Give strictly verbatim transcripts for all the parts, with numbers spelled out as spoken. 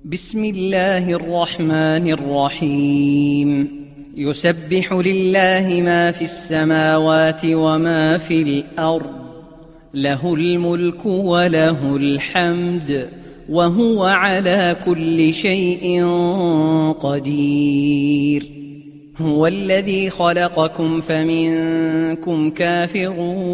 بسم الله الرحمن الرحيم يسبح لله ما في السماوات وما في الأرض له الملك وله الحمد وهو على كل شيء قدير. هو الذي خلقكم فمنكم كافر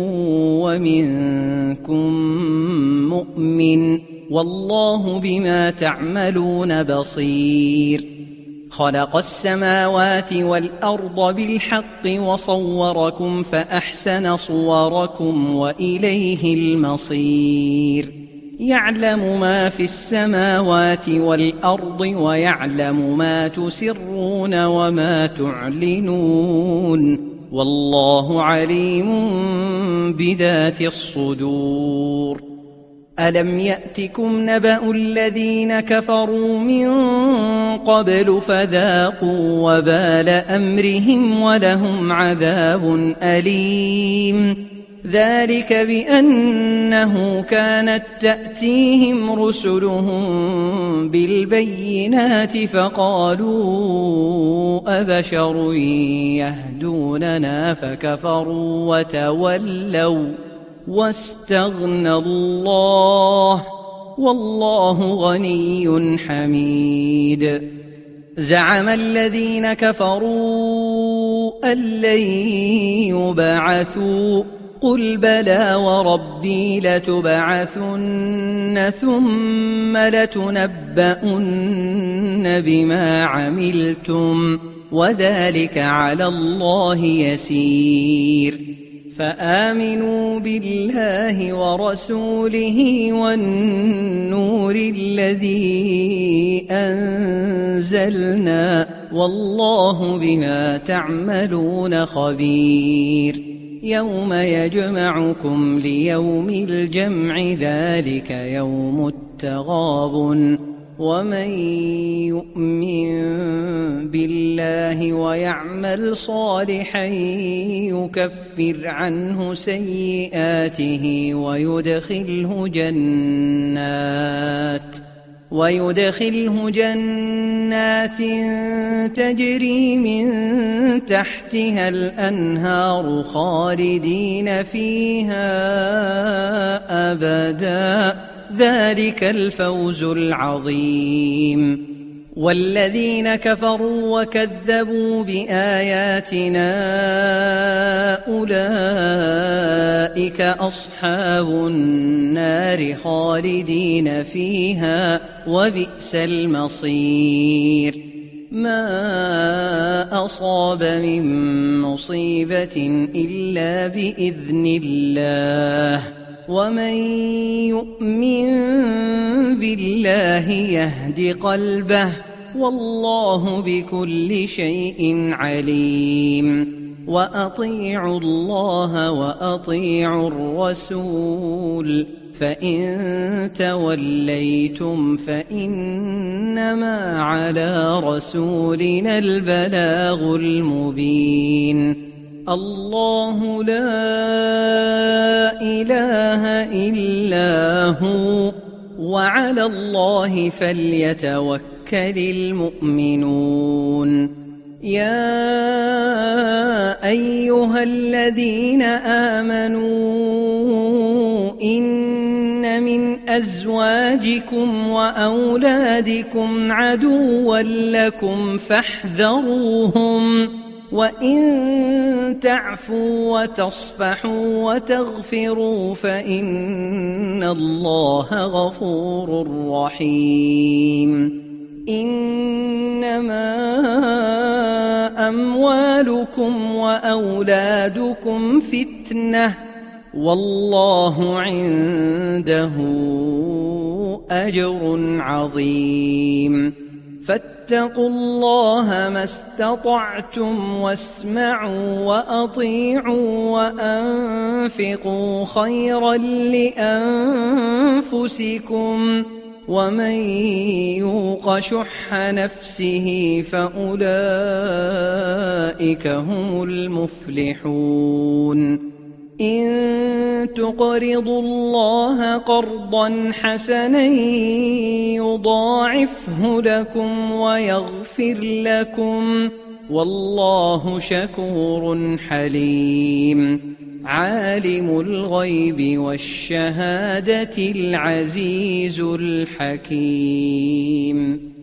ومنكم مؤمن والله بما تعملون بصير. خلق السماوات والأرض بالحق وصوركم فأحسن صوركم وإليه المصير. يعلم ما في السماوات والأرض ويعلم ما تسرون وما تعلنون والله عليم بذات الصدور. ألم يأتكم نبأ الذين كفروا من قبل فذاقوا وبال أمرهم ولهم عذاب أليم. ذلك بأنه كانت تأتيهم رسلهم بالبينات فقالوا أبشر يهدوننا فكفروا وتولوا واستغنى الله والله غني حميد. زعم الذين كفروا أن لن يبعثوا قل بلى وربي لتبعثن ثم لتنبؤن بما عملتم وذلك على الله يسير. فآمنوا بالله ورسوله والنور الذي أنزلنا والله بما تعملون خبير. يوم يجمعكم ليوم الجمع ذلك يوم التغابن. ومن يؤمن بالله ويعمل صالحا يكفر عنه سيئاته ويدخله جنات ويدخله جنات تجري من تحتها الأنهار خالدين فيها أبدا ذلك الفوز العظيم. والذين كفروا وكذبوا بآياتنا أولئك أصحاب النار خالدين فيها وبئس المصير. ما أصاب من مصيبة إلا بإذن الله ومن يؤمن بالله يهد قلبه والله بكل شيء عليم. وأطيعوا الله وأطيعوا الرسول فإن توليتم فإنما على رسولنا البلاغ المبين. الله لا إله إلا هو وعلى الله فليتوكل المؤمنون. يا أيها الذين آمنوا إن من أزواجكم وأولادكم عدوا لكم فاحذروهم وإن تعفوا وتصفحوا وتغفروا فإن الله غفور رحيم. إنما أموالكم وأولادكم فتنة والله عنده أجر عظيم. فاتقوا الله ما استطعتم واسمعوا وأطيعوا وأنفقوا خيرا لأنفسكم ومن يوق شح نفسه فأولئك هم المفلحون. إن تقرضوا الله قرضا حسنا يضاعفه لكم ويغفر لكم والله شكور حليم عالم الغيب والشهادة العزيز الحكيم.